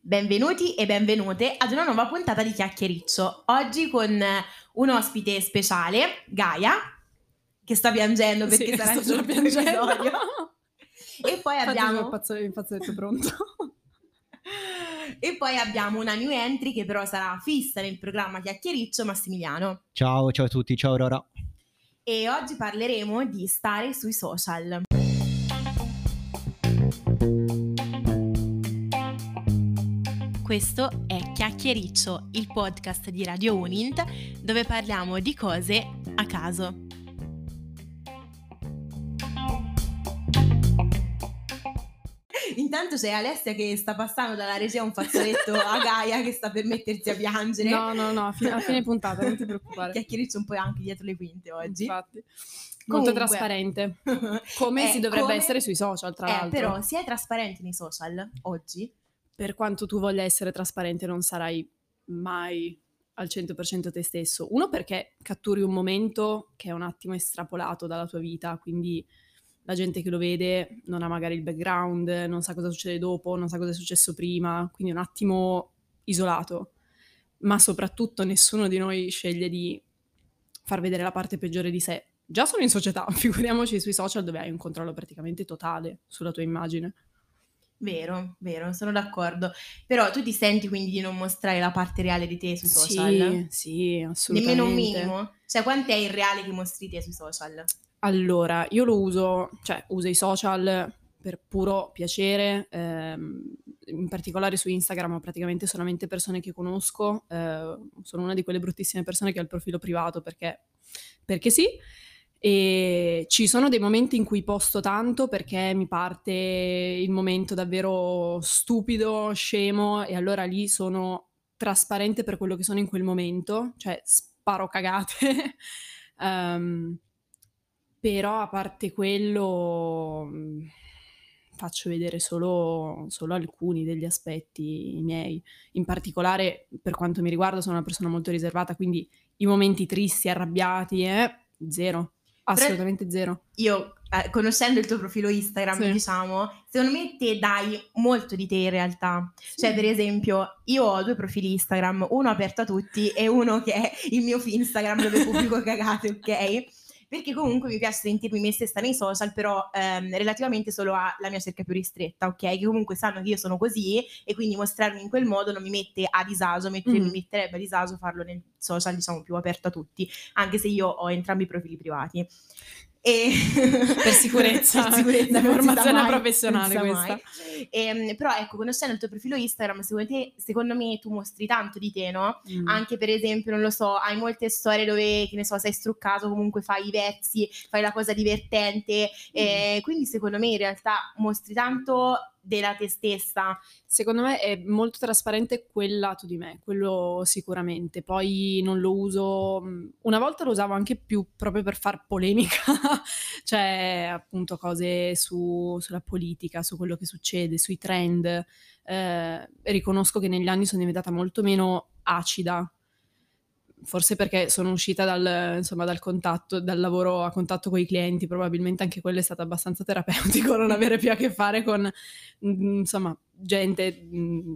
Benvenuti e benvenute ad una nuova puntata di Chiacchiericcio. Oggi con un ospite speciale, Gaia, che sta piangendo perché sarà il sto suo già piangendo. episodio. E poi abbiamo il fazzoletto pronto. E poi abbiamo una new entry che però sarà fissa nel programma Chiacchiericcio, Massimiliano. Ciao a tutti, ciao Aurora. E oggi parleremo di stare sui social. Questo è Chiacchiericcio, il podcast di Radio Unint, dove parliamo di cose a caso. Intanto c'è Alessia che sta passando dalla regia un fazzoletto a Gaia che sta per mettersi a piangere. No, a fine puntata, non ti preoccupare. Chiacchiericcio un po' anche dietro le quinte oggi. Infatti. Comunque, molto trasparente. Come si dovrebbe essere sui social, tra l'altro. Però si è trasparenti nei social oggi? Per quanto tu voglia essere trasparente non sarai mai al 100% te stesso. Uno, perché catturi un momento che è un attimo estrapolato dalla tua vita, quindi la gente che lo vede non ha magari il background, non sa cosa succede dopo, non sa cosa è successo prima, quindi è un attimo isolato. Ma soprattutto nessuno di noi sceglie di far vedere la parte peggiore di sé. Già solo in società, figuriamoci sui social dove hai un controllo praticamente totale sulla tua immagine. Vero, sono d'accordo. Però tu ti senti quindi di non mostrare la parte reale di te sui social? Sì, assolutamente. Nemmeno un minimo? Cioè, quant'è il reale che mostri te sui social? Allora, io uso i social per puro piacere, in particolare su Instagram ho praticamente solamente persone che conosco, sono una di quelle bruttissime persone che ha il profilo privato perché sì, e ci sono dei momenti in cui posto tanto perché mi parte il momento davvero stupido, scemo, e allora lì sono trasparente per quello che sono in quel momento, cioè sparo cagate. Però a parte quello faccio vedere solo alcuni degli aspetti miei. In particolare, per quanto mi riguarda, sono una persona molto riservata, quindi i momenti tristi, arrabbiati, zero. Assolutamente zero. Io, conoscendo il tuo profilo Instagram, Sì. diciamo, secondo me te dai molto di te in realtà. Sì. Cioè, per esempio, io ho 2 profili Instagram, uno aperto a tutti e uno che è il mio Instagram dove pubblico cagate, ok? Perché comunque mi piace sentirmi me stessa nei social, però relativamente solo alla mia cerchia più ristretta, ok? Che comunque sanno che io sono così e quindi mostrarmi in quel modo non mi mette a disagio, mentre mi metterebbe a disagio farlo nel social, diciamo, più aperto a tutti, anche se io ho entrambi i profili privati. E per sicurezza, una formazione professionale questa. Però ecco, conoscendo il tuo profilo Instagram, secondo me tu mostri tanto di te, no? Anche per esempio, non lo so, hai molte storie dove, che ne so, sei struccato, comunque fai i versi, fai la cosa divertente, quindi secondo me in realtà mostri tanto della te stessa. Secondo me è molto trasparente quel lato di me, quello sicuramente. Poi non lo uso, una volta lo usavo anche più proprio per far polemica, cioè appunto cose sulla politica, su quello che succede, sui trend. Riconosco che negli anni sono diventata molto meno acida, forse perché sono uscita dal contatto, dal lavoro a contatto con i clienti, probabilmente anche quello è stato abbastanza terapeutico, non avere più a che fare con, insomma, gente,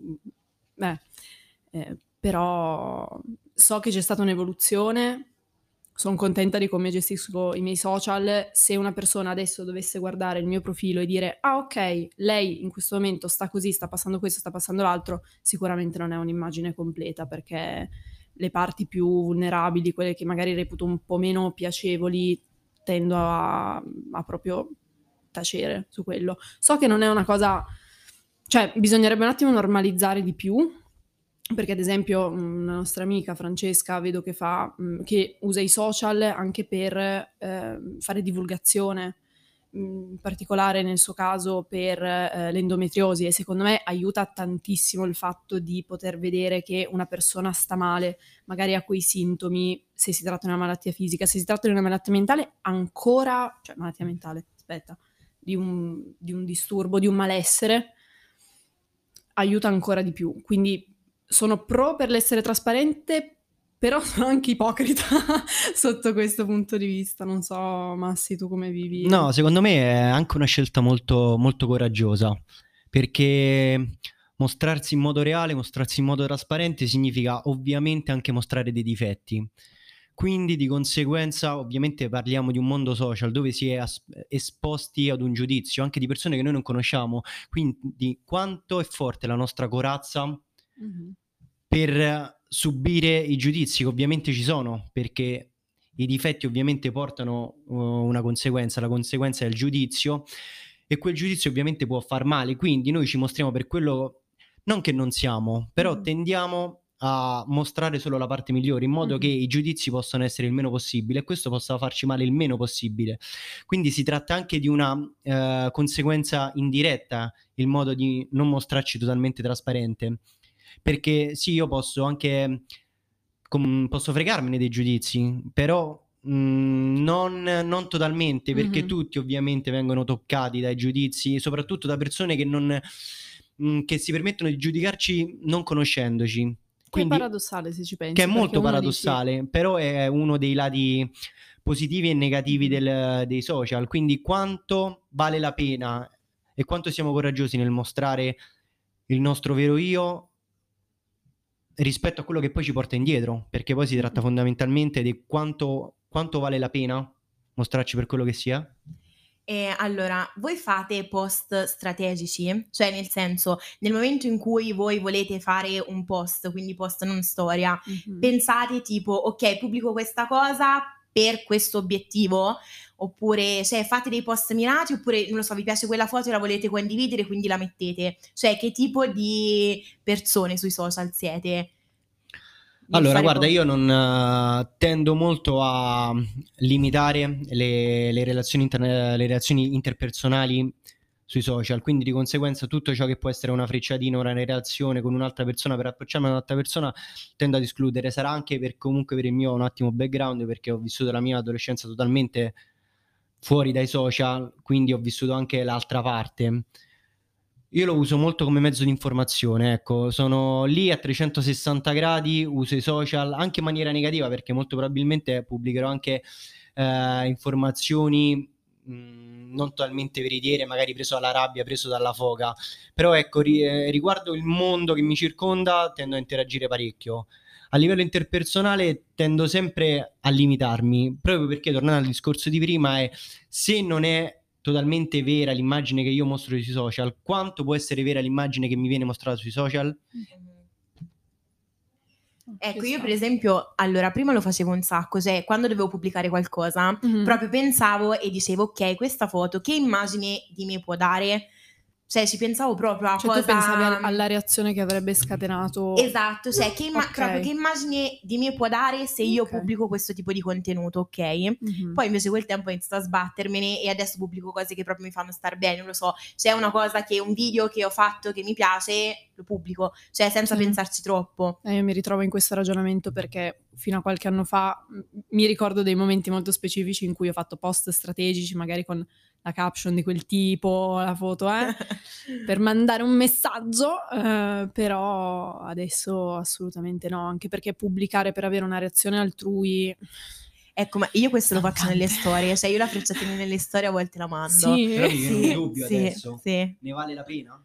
però so che c'è stata un'evoluzione, sono contenta di come gestisco i miei social. Se una persona adesso dovesse guardare il mio profilo e dire ah ok, lei in questo momento sta così, sta passando questo, sta passando l'altro, sicuramente non è un'immagine completa, perché le parti più vulnerabili, quelle che magari reputo un po' meno piacevoli, tendo a proprio tacere su quello. So che non è una cosa, cioè bisognerebbe un attimo normalizzare di più, perché ad esempio una nostra amica Francesca vedo che usa i social anche per fare divulgazione, in particolare nel suo caso per l'endometriosi, e secondo me aiuta tantissimo il fatto di poter vedere che una persona sta male, magari ha quei sintomi, se si tratta di una malattia fisica, se si tratta di una malattia mentale ancora, cioè malattia mentale, di un disturbo, di un malessere, aiuta ancora di più. Quindi sono pro per l'essere trasparente, però sono anche ipocrita sotto questo punto di vista. Non so, Massi, tu come vivi? No, secondo me è anche una scelta molto, molto coraggiosa, perché mostrarsi in modo reale, mostrarsi in modo trasparente significa ovviamente anche mostrare dei difetti. Quindi di conseguenza ovviamente parliamo di un mondo social dove si è esposti ad un giudizio anche di persone che noi non conosciamo, quindi quanto è forte la nostra corazza per subire i giudizi che ovviamente ci sono, perché i difetti ovviamente portano una conseguenza, la conseguenza è il giudizio, e quel giudizio ovviamente può far male, quindi noi ci mostriamo per quello non che non siamo, però tendiamo a mostrare solo la parte migliore, in modo che i giudizi possano essere il meno possibile e questo possa farci male il meno possibile. Quindi si tratta anche di una conseguenza indiretta, il modo di non mostrarci totalmente trasparente, perché sì, io posso anche posso fregarmene dei giudizi, però non totalmente, perché tutti ovviamente vengono toccati dai giudizi, soprattutto da persone che si permettono di giudicarci non conoscendoci. Che è Quindi, paradossale se ci pensi. che è perché molto uno paradossale, però è uno dei lati positivi e negativi dei social. Quindi quanto vale la pena e quanto siamo coraggiosi nel mostrare il nostro vero io rispetto a quello che poi ci porta indietro, perché poi si tratta fondamentalmente di quanto vale la pena mostrarci per quello che si è. Allora, voi fate post strategici? Cioè, nel senso, nel momento in cui voi volete fare un post, quindi post non storia, pensate tipo, ok, pubblico questa cosa per questo obiettivo? Oppure, cioè, fate dei post mirati, oppure, non lo so, vi piace quella foto e la volete condividere, quindi la mettete? Cioè, che tipo di persone sui social siete? Allora, guarda, io non tendo molto a limitare le relazioni le relazioni interpersonali sui social, quindi di conseguenza tutto ciò che può essere una frecciatina, una relazione con un'altra persona per approcciarmi a un'altra persona tendo ad escludere. Sarà anche comunque per il mio un attimo background, perché ho vissuto la mia adolescenza totalmente fuori dai social, quindi ho vissuto anche l'altra parte. Io lo uso molto come mezzo di informazione, ecco, sono lì a 360 gradi, uso i social anche in maniera negativa, perché molto probabilmente pubblicherò anche informazioni non totalmente veritiere, magari preso dalla rabbia, preso dalla foga, però ecco, riguardo il mondo che mi circonda tendo a interagire parecchio. A livello interpersonale tendo sempre a limitarmi, proprio perché, tornando al discorso di prima, se non è totalmente vera l'immagine che io mostro sui social, quanto può essere vera l'immagine che mi viene mostrata sui social? Ecco, io per esempio, allora, prima lo facevo un sacco, cioè quando dovevo pubblicare qualcosa, proprio pensavo e dicevo, ok, questa foto che immagine di me può dare? Cioè ci pensavo proprio a Cioè cosa... tu pensavi alla reazione che avrebbe scatenato... Esatto, cioè proprio che Ok. immagine di me può dare se io Ok. pubblico questo tipo di contenuto, ok? Poi invece quel tempo ho iniziato a sbattermene e adesso pubblico cose che proprio mi fanno star bene, non lo so, se è una cosa che un video che ho fatto che mi piace, lo pubblico, cioè senza pensarci troppo. Io mi ritrovo in questo ragionamento perché fino a qualche anno fa mi ricordo dei momenti molto specifici in cui ho fatto post strategici, magari con la caption di quel tipo, la foto, per mandare un messaggio, però adesso assolutamente no, anche perché pubblicare per avere una reazione altrui... Ecco, ma io questo lo faccio nelle storie, cioè io la frecciatina nelle storie a volte la mando. Sì, Però mi viene un dubbio adesso. Sì. Ne vale la pena?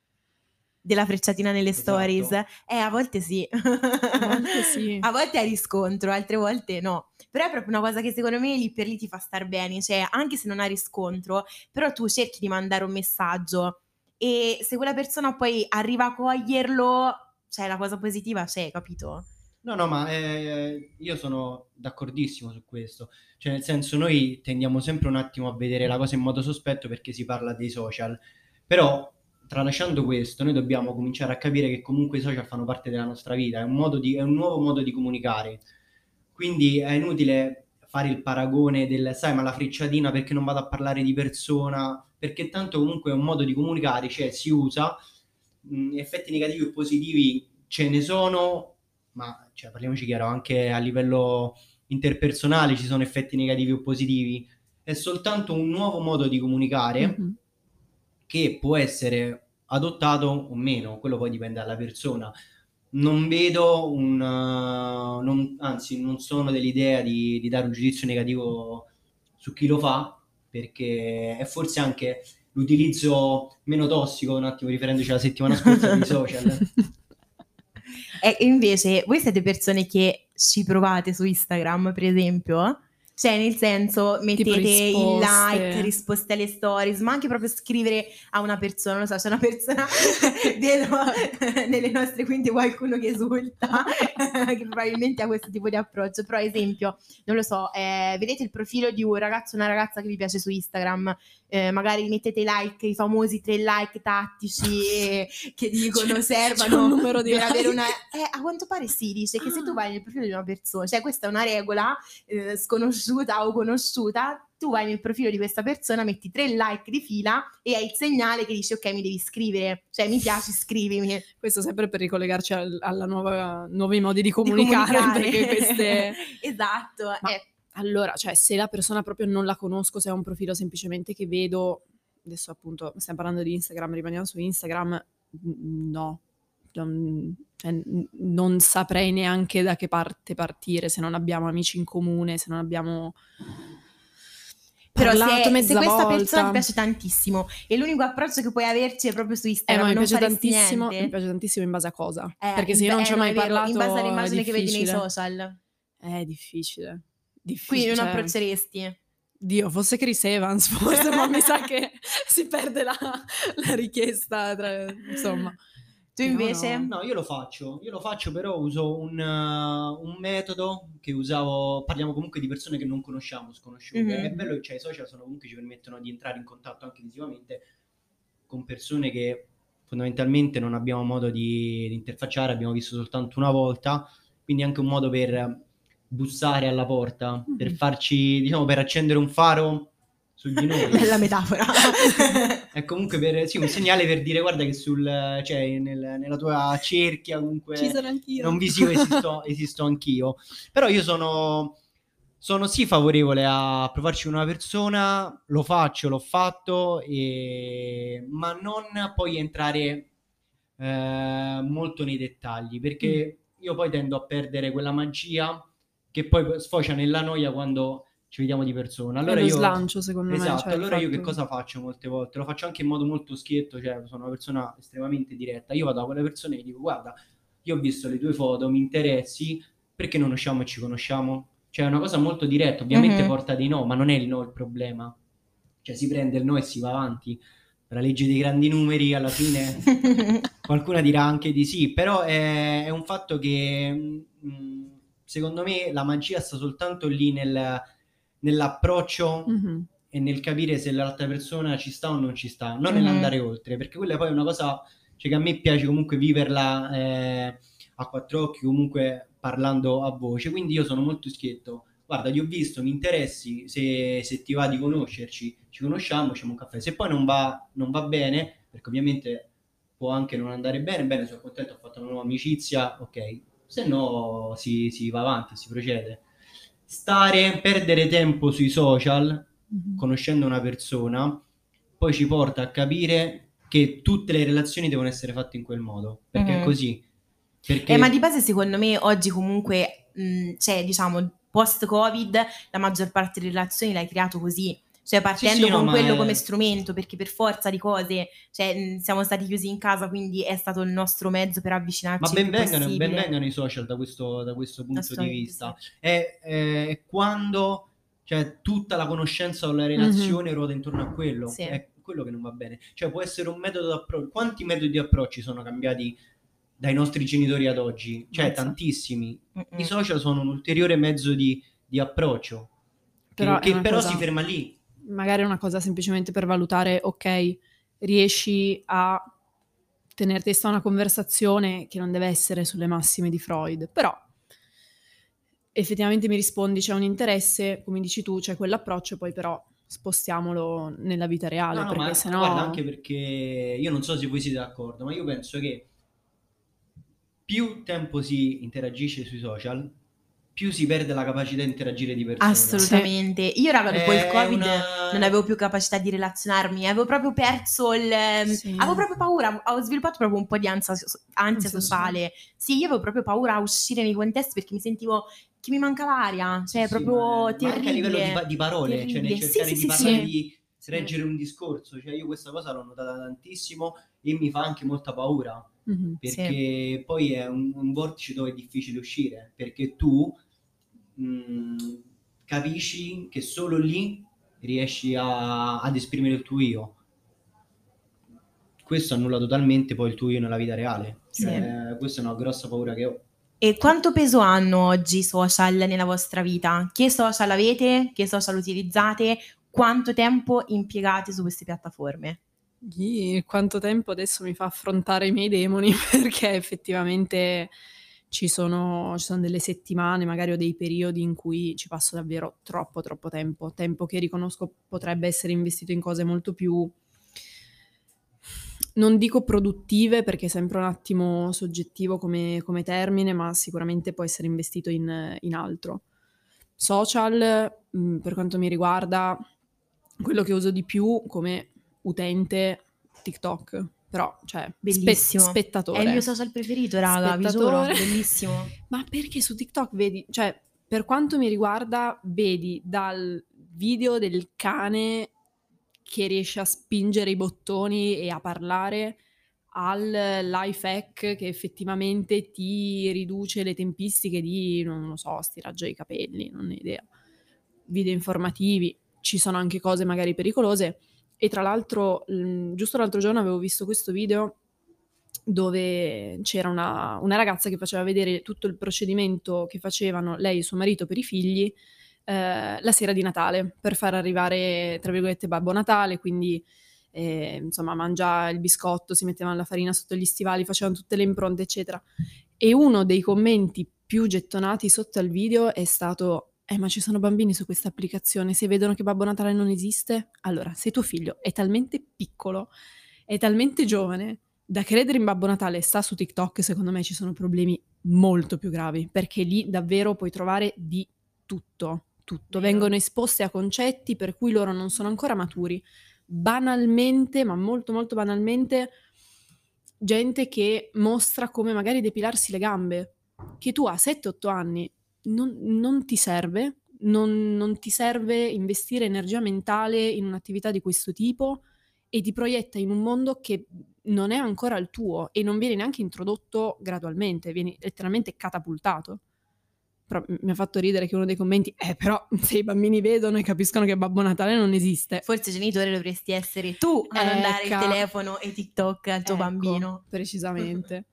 Della frecciatina nelle stories? A volte sì. A volte sì. A volte hai riscontro, altre volte no. Però è proprio una cosa che secondo me lì per lì ti fa star bene, cioè anche se non hai riscontro, però tu cerchi di mandare un messaggio e se quella persona poi arriva a coglierlo, cioè la cosa positiva c'è, capito? No, ma io sono d'accordissimo su questo. Cioè, nel senso, noi tendiamo sempre un attimo a vedere la cosa in modo sospetto perché si parla dei social. Però, tralasciando questo, noi dobbiamo cominciare a capire che comunque i social fanno parte della nostra vita, è un nuovo modo di comunicare. Quindi è inutile fare il paragone sai, ma la frecciatina perché non vado a parlare di persona? Perché tanto comunque è un modo di comunicare, cioè si usa, effetti negativi o positivi ce ne sono, ma cioè, parliamoci chiaro, anche a livello interpersonale ci sono effetti negativi o positivi. È soltanto un nuovo modo di comunicare che può essere adottato o meno, quello poi dipende dalla persona. Non vedo anzi, non sono dell'idea di dare un giudizio negativo su chi lo fa, perché è forse anche l'utilizzo meno tossico, un attimo riferendoci alla settimana scorsa dei social. E invece, voi siete persone che ci provate su Instagram, per esempio? Cioè, nel senso, mettete il like, risposte alle stories, ma anche proprio scrivere a una persona, non so, c'è una persona vedo nelle nostre quinte qualcuno che esulta, che probabilmente ha questo tipo di approccio, però esempio, non lo so, vedete il profilo di un ragazzo o una ragazza che vi piace su Instagram, magari mettete like, i famosi 3 like tattici che dicono servano un numero di per like. avere una... a quanto pare si dice che se tu vai nel profilo di una persona, cioè questa è una regola sconosciuta o conosciuta, tu vai nel profilo di questa persona, metti 3 like di fila e hai il segnale che dice ok, mi devi scrivere, cioè mi piace, scrivimi. Questo sempre per ricollegarci alla nuovi modi di comunicare. Perché queste... Esatto. Allora, cioè, se la persona proprio non la conosco, se è un profilo semplicemente che vedo, adesso appunto stiamo parlando di Instagram, rimaniamo su Instagram, no. Non saprei neanche da che parte partire, se non abbiamo amici in comune, se non abbiamo... Però se questa persona ti piace tantissimo e l'unico approccio che puoi averci è proprio su Instagram, mi non piace tantissimo, mi piace tantissimo in base a cosa? Perché se io non ci ho mai parlato, in base all'immagine che vedi nei social, è difficile. Quindi non approcceresti? Dio, fosse Chris Evans forse, ma mi sa che si perde la richiesta, insomma. Tu invece? No, io lo faccio, però uso un metodo che usavo, parliamo comunque di persone che non conosciamo, sconosciute. È bello, cioè i social comunque ci permettono di entrare in contatto anche visivamente con persone che fondamentalmente non abbiamo modo di interfacciare, abbiamo visto soltanto una volta, quindi anche un modo per bussare alla porta, per farci, diciamo, per accendere un faro su di noi. Bella metafora. È comunque un segnale per dire guarda che cioè nella tua cerchia comunque ci sono anch'io. Non visivo esisto anch'io. Però io sono sì favorevole a provarci con una persona, l'ho fatto, ma non poi entrare molto nei dettagli, perché io poi tendo a perdere quella magia che poi sfocia nella noia quando ci vediamo di persona. Allora io slancio, secondo me. Esatto, allora io che cosa faccio molte volte? Lo faccio anche in modo molto schietto, cioè sono una persona estremamente diretta. Io vado a quelle persone e gli dico guarda, io ho visto le tue foto, mi interessi, perché non usciamo e ci conosciamo? Cioè è una cosa molto diretta, ovviamente porta dei no, ma non è il no il problema. Cioè si prende il no e si va avanti. Per la legge dei grandi numeri alla fine qualcuno dirà anche di sì, però è un fatto che secondo me la magia sta soltanto lì nell'approccio e nel capire se l'altra persona ci sta o non ci sta, non nell'andare oltre, perché quella poi è una cosa, cioè, che a me piace comunque viverla a quattro occhi, comunque parlando a voce, quindi io sono molto schietto. Guarda, ti ho visto, mi interessi, se ti va di conoscerci, ci conosciamo, facciamo un caffè. Se poi non va bene, perché ovviamente può anche non andare bene, sono contento, ho fatto una nuova amicizia, ok. Se no si va avanti, si procede. Perdere tempo sui social, conoscendo una persona, poi ci porta a capire che tutte le relazioni devono essere fatte in quel modo, perché è così. Perché... ma di base secondo me oggi comunque, cioè diciamo post-Covid, la maggior parte delle relazioni l'hai creato così, cioè partendo con quello come strumento, perché per forza di cose, cioè siamo stati chiusi in casa, quindi è stato il nostro mezzo per avvicinarci. Ma ben vengano i social da questo punto di vista. Sì. È quando, cioè, tutta la conoscenza o la relazione ruota intorno a quello. Sì. È quello che non va bene. Cioè può essere un metodo d'approccio. Quanti metodi di approcci sono cambiati dai nostri genitori ad oggi? Cioè tantissimi. I social sono un ulteriore mezzo di approccio che però si ferma lì. Magari è una cosa semplicemente per valutare, ok, riesci a tenere testa a una conversazione che non deve essere sulle massime di Freud, però effettivamente mi rispondi, c'è un interesse, come dici tu, c'è quell'approccio, poi però spostiamolo nella vita reale, no, perché sennò... Guarda, anche perché io non so se voi siete d'accordo, ma io penso che più tempo si interagisce sui social, più si perde la capacità di interagire di persona. Assolutamente. Io raga, dopo il Covid non avevo più capacità di relazionarmi, avevo proprio perso avevo proprio paura, ho sviluppato proprio un po' di ansia sociale. Sì, io avevo proprio paura a uscire nei contesti perché mi sentivo che mi mancava aria, cioè proprio terribile. Ma anche a livello di parole, terribile. cioè nel cercare di parlare reggere un discorso, cioè io questa cosa l'ho notata tantissimo e mi fa anche molta paura, perché poi è un vortice dove è difficile uscire, perché tu capisci che solo lì riesci ad esprimere il tuo io. Questo annulla totalmente poi il tuo io nella vita reale. Cioè, questa è una grossa paura che ho. E quanto peso hanno oggi i social nella vostra vita? Che social avete? Che social utilizzate? Quanto tempo impiegate su queste piattaforme? Quanto tempo adesso mi fa affrontare i miei demoni, perché effettivamente ci sono delle settimane, magari o dei periodi in cui ci passo davvero troppo tempo che riconosco potrebbe essere investito in cose molto più, non dico produttive perché è sempre un attimo soggettivo come termine, ma sicuramente può essere investito in altro. Social, per quanto mi riguarda, quello che uso di più come utente TikTok, però cioè Bellissimo. spettatore. È il mio social preferito, raga, vi giuro, bellissimo. Ma perché su TikTok vedi, cioè per quanto mi riguarda, vedi dal video del cane che riesce a spingere i bottoni e a parlare al life hack che effettivamente ti riduce le tempistiche di, non lo so, stiraggio ai capelli, non ho idea, video informativi, ci sono anche cose magari pericolose. E tra l'altro giusto l'altro giorno avevo visto questo video dove c'era una ragazza che faceva vedere tutto il procedimento che facevano lei e suo marito per i figli la sera di Natale, per far arrivare, tra virgolette, Babbo Natale, quindi insomma mangia il biscotto, si mettevano la farina sotto gli stivali, facevano tutte le impronte, eccetera. E uno dei commenti più gettonati sotto al video è stato: ma ci sono bambini su questa applicazione, se vedono che Babbo Natale non esiste, allora se tuo figlio è talmente piccolo, è talmente giovane da credere in Babbo Natale e sta su TikTok, secondo me ci sono problemi molto più gravi, perché lì davvero puoi trovare di tutto. Vengono esposte a concetti per cui loro non sono ancora maturi. Banalmente, ma molto molto banalmente, gente che mostra come magari depilarsi le gambe, che tu a 7-8 anni non ti serve, non ti serve investire energia mentale in un'attività di questo tipo e ti proietta in un mondo che non è ancora il tuo e non viene neanche introdotto gradualmente, vieni letteralmente catapultato. Però mi ha fatto ridere che uno dei commenti però se i bambini vedono e capiscono che Babbo Natale non esiste, forse genitore dovresti essere tu a non dare il telefono e TikTok al tuo bambino. Precisamente.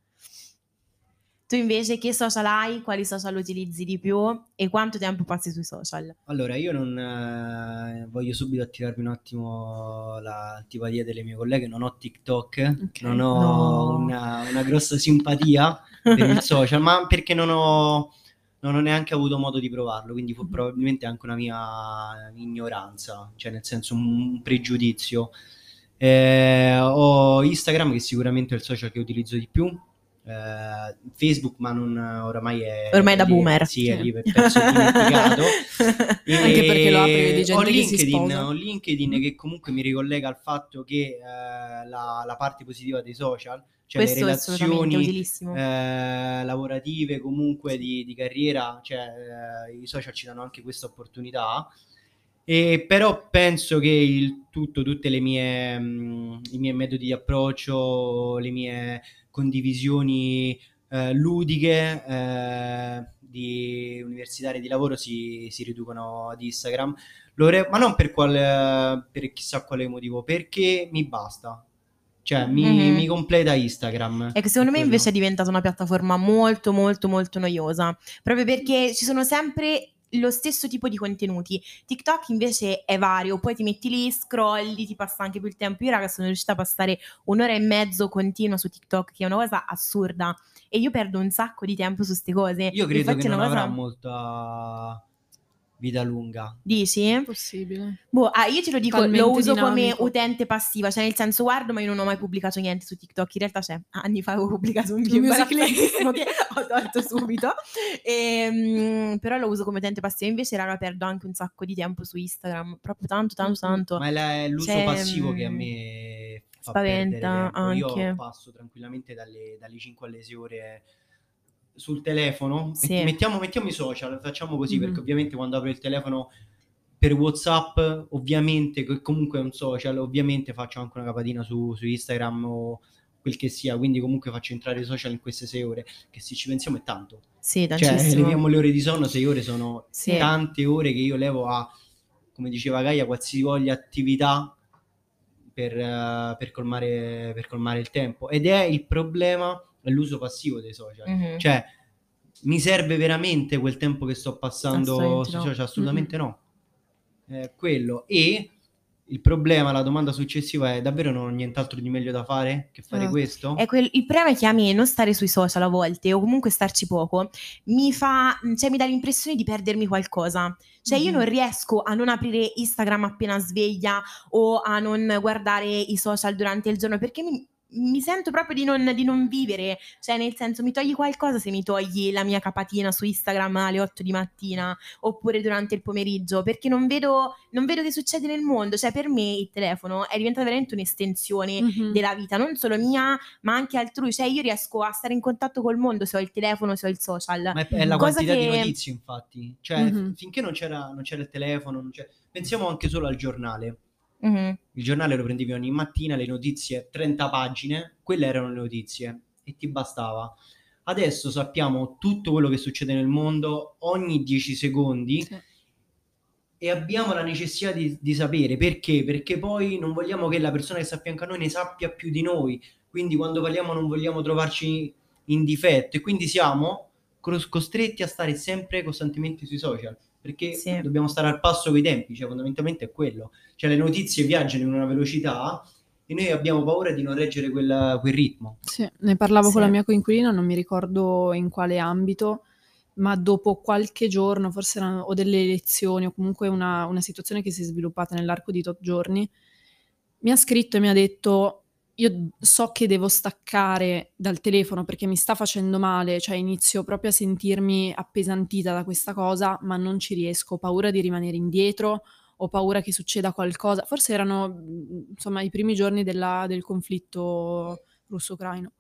Tu invece che social hai? Quali social utilizzi di più? E quanto tempo passi sui social? Allora, io non voglio subito attirarvi un attimo l'antipatia delle mie colleghe. Non ho TikTok, non ho una grossa simpatia per il social, ma perché non ho neanche avuto modo di provarlo, quindi probabilmente anche una mia ignoranza, cioè nel senso un pregiudizio. Ho Instagram, che sicuramente è il social che utilizzo di più. Facebook, ma non ormai è da boomer. Sì, è lì penso dimenticato. Anche perché lo apri e vedi gente che si sposa. Ho LinkedIn che comunque mi ricollega al fatto che la parte positiva dei social, cioè questo le relazioni lavorative comunque di carriera, cioè i social ci danno anche questa opportunità. Però penso che tutte le mie i miei metodi di approccio, le mie condivisioni ludiche di universitarie di lavoro si riducono ad Instagram, ma non per chissà quale motivo, perché mi basta, cioè mi completa Instagram. E che secondo me invece è diventata una piattaforma molto molto molto noiosa, proprio perché ci sono sempre lo stesso tipo di contenuti. TikTok invece è vario, poi ti metti lì, scrolli, ti passa anche più il tempo. Io raga sono riuscita a passare 1 ora e mezzo continua su TikTok, che è una cosa assurda, e io perdo un sacco di tempo su ste cose. Io credo infatti che non avrà molta vita lunga. Dici? Possibile. Io te lo dico, talmente lo uso dinamico, come utente passiva, cioè nel senso guardo, ma io non ho mai pubblicato niente su TikTok. In realtà anni fa avevo pubblicato un video che ho tolto subito, però lo uso come utente passiva. Invece raga perdo anche un sacco di tempo su Instagram, proprio tanto. Ma è l'uso passivo che a me spaventa anche. Io passo tranquillamente dalle 5 alle 6 ore sul telefono. Mettiamo i social, facciamo così, perché ovviamente quando apro il telefono per WhatsApp, ovviamente, che comunque è un social, ovviamente faccio anche una capatina su Instagram o quel che sia, quindi comunque faccio entrare i social in queste 6 ore, che se ci pensiamo è tanto. Sì, Cioè, tantissimo. leviamo le ore di sonno, 6 ore sono Sì. tante ore che io levo a, come diceva Gaia, qualsivoglia attività per colmare il tempo. Ed è il problema, è l'uso passivo dei social. Mhm. Cioè, mi serve veramente quel tempo che sto passando Assolutamente sui no. social? Assolutamente no. Quello. E il problema, la domanda successiva è: davvero non ho nient'altro di meglio da fare che fare Esatto. questo? Il problema è che a me non stare sui social a volte o comunque starci poco mi dà l'impressione di perdermi qualcosa. Cioè io non riesco a non aprire Instagram appena sveglia o a non guardare i social durante il giorno perché mi sento proprio di non vivere. Cioè nel senso, mi togli qualcosa se mi togli la mia capatina su Instagram alle 8 di mattina oppure durante il pomeriggio, perché non vedo che succede nel mondo. Cioè per me il telefono è diventato veramente un'estensione della vita, non solo mia ma anche altrui. Cioè io riesco a stare in contatto col mondo se ho il telefono, se ho il social. Ma è la Cosa quantità di che- notizie, infatti. Cioè, finché non c'era il telefono, pensiamo anche solo al giornale. Mhm. Il giornale lo prendevi ogni mattina, le notizie, 30 pagine, quelle erano le notizie e ti bastava. Adesso sappiamo tutto quello che succede nel mondo ogni 10 secondi Sì. e abbiamo la necessità di sapere. Perché? Perché poi non vogliamo che la persona che sta a fianco a noi ne sappia più di noi, quindi quando parliamo non vogliamo trovarci in difetto e quindi siamo costretti a stare sempre costantemente sui social, perché Sì. dobbiamo stare al passo coi tempi, cioè fondamentalmente è quello. Cioè le notizie viaggiano in una velocità e noi abbiamo paura di non reggere quel ritmo. Sì, ne parlavo Sì. con la mia coinquilina, non mi ricordo in quale ambito, ma dopo qualche giorno, forse erano o delle elezioni o comunque una situazione che si è sviluppata nell'arco di tot giorni, mi ha scritto e mi ha detto: io so che devo staccare dal telefono perché mi sta facendo male, cioè inizio proprio a sentirmi appesantita da questa cosa, ma non ci riesco, ho paura di rimanere indietro, ho paura che succeda qualcosa. Forse erano, insomma, i primi giorni del conflitto russo-ucraino.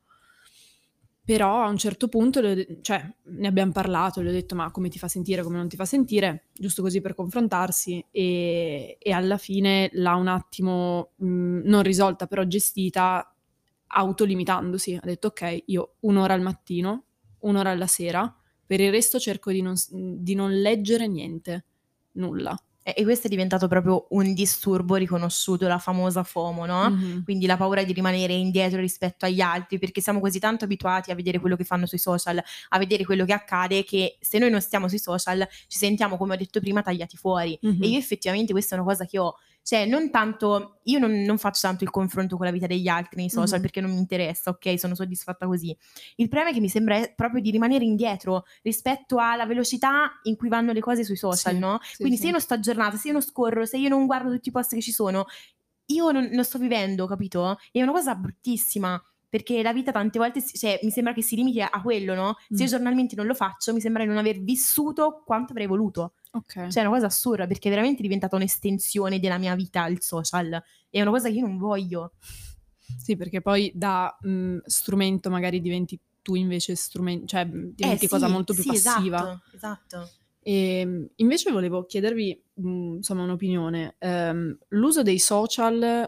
Però a un certo punto cioè, ne abbiamo parlato, le ho detto: ma come ti fa sentire, come non ti fa sentire, giusto così per confrontarsi, e alla fine l'ha un attimo non risolta, però gestita, autolimitandosi. Ha detto: ok, io 1 ora al mattino, 1 ora alla sera, per il resto cerco di non leggere niente, nulla. E questo è diventato proprio un disturbo riconosciuto, la famosa FOMO, no? Quindi la paura di rimanere indietro rispetto agli altri, perché siamo così tanto abituati a vedere quello che fanno sui social, a vedere quello che accade, che se noi non stiamo sui social ci sentiamo, come ho detto prima, tagliati fuori. E io effettivamente questa è una cosa che ho. Cioè, non tanto, io non faccio tanto il confronto con la vita degli altri nei social perché non mi interessa, ok? Sono soddisfatta così. Il problema è che mi sembra proprio di rimanere indietro rispetto alla velocità in cui vanno le cose sui social, Sì, no? sì, Quindi sì. se io non sto aggiornata, se io non scorro, se io non guardo tutti i post che ci sono, io non sto vivendo, capito? È una cosa bruttissima, perché la vita tante volte, cioè, mi sembra che si limiti a quello, no? Se io giornalmente non lo faccio, mi sembra di non aver vissuto quanto avrei voluto. Ok. Cioè, è una cosa assurda, perché è veramente diventata un'estensione della mia vita il social. È una cosa che io non voglio. Sì, perché poi da strumento magari diventi tu invece strumento, cioè diventi cosa Sì, molto più sì, passiva. esatto. Invece volevo chiedervi, insomma, un'opinione. L'uso dei social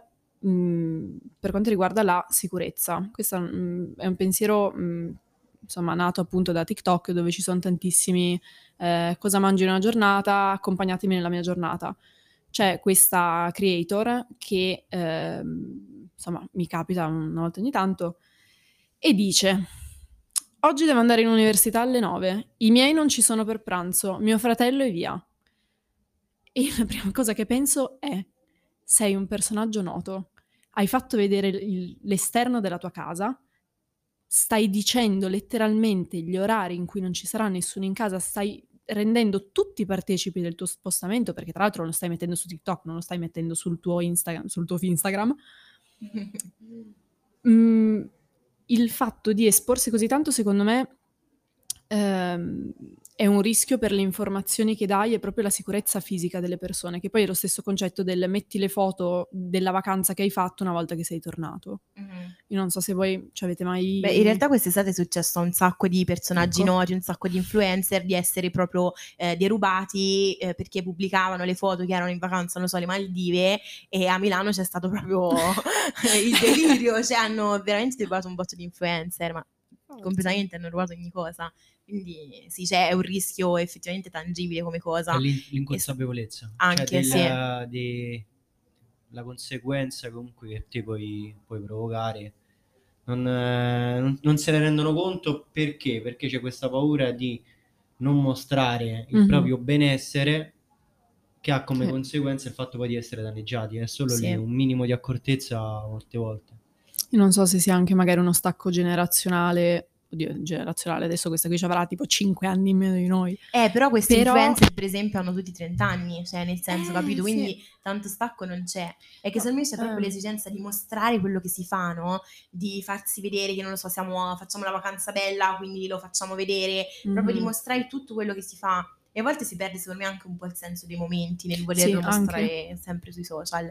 per quanto riguarda la sicurezza. Questo è un pensiero, insomma, nato appunto da TikTok, dove ci sono tantissimi cosa mangi in una giornata, accompagnatemi nella mia giornata. C'è questa creator che, insomma, mi capita una volta ogni tanto, e dice: oggi devo andare in università alle 9, i miei non ci sono per pranzo, mio fratello è via. E la prima cosa che penso è: sei un personaggio noto, hai fatto vedere l'esterno della tua casa, stai dicendo letteralmente gli orari in cui non ci sarà nessuno in casa, stai rendendo tutti partecipi del tuo spostamento, perché tra l'altro lo stai mettendo su TikTok, non lo stai mettendo sul tuo Instagram, sul tuo Instagram. Il fatto di esporsi così tanto, secondo me, È un rischio per le informazioni che dai e proprio la sicurezza fisica delle persone, che poi è lo stesso concetto del metti le foto della vacanza che hai fatto una volta che sei tornato. Io non so se voi ci avete mai... Beh, in realtà quest'estate è successo a un sacco di personaggi Ecco. noti, un sacco di influencer, di essere proprio derubati perché pubblicavano le foto che erano in vacanza, non so, alle Maldive, e a Milano c'è stato proprio il delirio, cioè hanno veramente derubato un botto di influencer, ma completamente hanno rubato ogni cosa. Quindi sì, c'è un rischio effettivamente tangibile come cosa. L'inconsapevolezza, Anche, cioè la conseguenza comunque che te puoi provocare. Non se ne rendono conto perché c'è questa paura di non mostrare il proprio benessere, che ha come conseguenza il fatto poi di essere danneggiati. È solo lì un minimo di accortezza molte volte. Io non so se sia anche magari uno stacco generazionale. Oddio, generazionale, adesso questa qui ci avrà tipo 5 anni in meno di noi. Però questi influencer per esempio hanno tutti 30 anni, cioè nel senso, capito? Quindi tanto stacco non c'è. È che secondo me c'è proprio l'esigenza di mostrare quello che si fa, no? Di farsi vedere che, non lo so, facciamo la vacanza bella, quindi lo facciamo vedere, proprio di mostrare tutto quello che si fa. E a volte si perde secondo me anche un po' il senso dei momenti nel volerlo mostrare sempre sui social.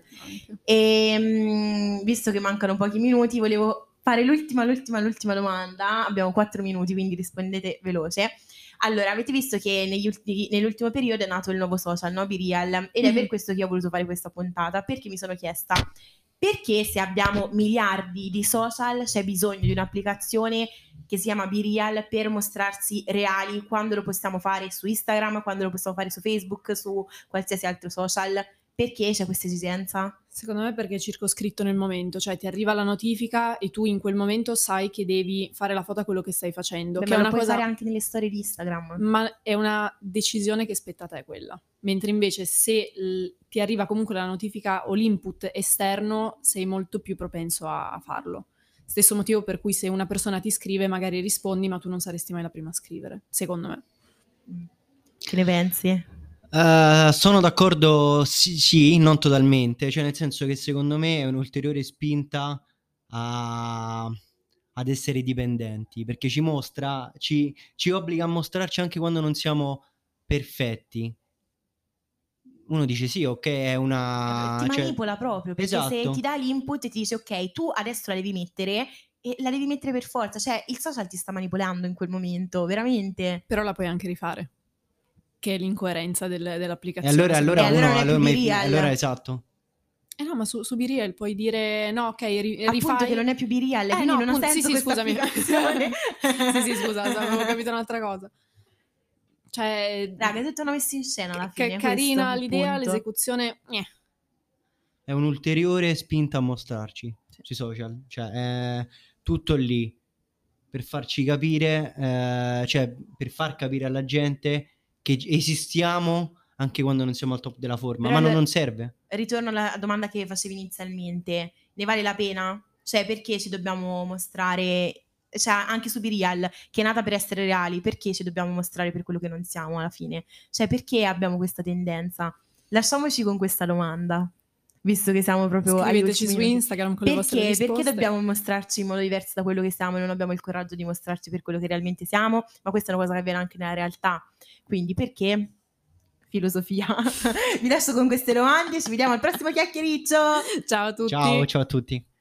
E visto che mancano pochi minuti, volevo fare l'ultima domanda. Abbiamo 4 minuti, quindi rispondete veloce. Allora, avete visto che nell'ultimo periodo è nato il nuovo social, no? BeReal, ed è per questo che ho voluto fare questa puntata, perché mi sono chiesta perché se abbiamo miliardi di social c'è bisogno di un'applicazione che si chiama BeReal per mostrarsi reali, quando lo possiamo fare su Instagram, quando lo possiamo fare su Facebook, su qualsiasi altro social. Perché c'è questa esigenza? Secondo me perché è circoscritto nel momento, cioè ti arriva la notifica e tu in quel momento sai che devi fare la foto a quello che stai facendo. Beh, che ma è lo una puoi cosa... fare anche nelle storie di Instagram. Ma è una decisione che spetta a te quella. Mentre invece se ti arriva comunque la notifica o l'input esterno, sei molto più propenso a farlo. Stesso motivo per cui se una persona ti scrive magari rispondi, ma tu non saresti mai la prima a scrivere, secondo me. Che ne pensi? Sono d'accordo, sì, non totalmente, cioè nel senso che secondo me è un'ulteriore spinta ad essere dipendenti, perché ci obbliga a mostrarci anche quando non siamo perfetti. Uno dice sì, ok, è una... Ti manipola proprio, perché se ti dà l'input e ti dice ok, tu adesso la devi mettere, e la devi mettere per forza, cioè il social ti sta manipolando in quel momento, veramente. Però la puoi anche rifare, che è l'incoerenza dell'applicazione. E allora esatto. No, ma su BeReal puoi dire no, ok, rifai. Appunto che non è più BeReal, quindi no, non ha senso sì, scusami. sì, scusa, avevo capito un'altra cosa. Cioè, raga, tutto una messa in scena alla fine. Carina l'idea, l'esecuzione... È un'ulteriore spinta a mostrarci sui social, cioè è tutto lì per farci capire, cioè per far capire alla gente che esistiamo anche quando non siamo al top della forma. Però ma non serve. Ritorno alla domanda che facevi inizialmente: ne vale la pena? Cioè, perché ci dobbiamo mostrare, cioè anche su BeReal, che è nata per essere reali, perché ci dobbiamo mostrare per quello che non siamo alla fine? Cioè, perché abbiamo questa tendenza? Lasciamoci con questa domanda, visto che siamo proprio scriveteci su Instagram con le vostre risposte. Perché dobbiamo mostrarci in modo diverso da quello che siamo e non abbiamo il coraggio di mostrarci per quello che realmente siamo? Ma questa è una cosa che avviene anche nella realtà. Quindi perché? Filosofia. Vi lascio con queste domande, ci vediamo al prossimo chiacchiericcio. Ciao a tutti. Ciao a tutti.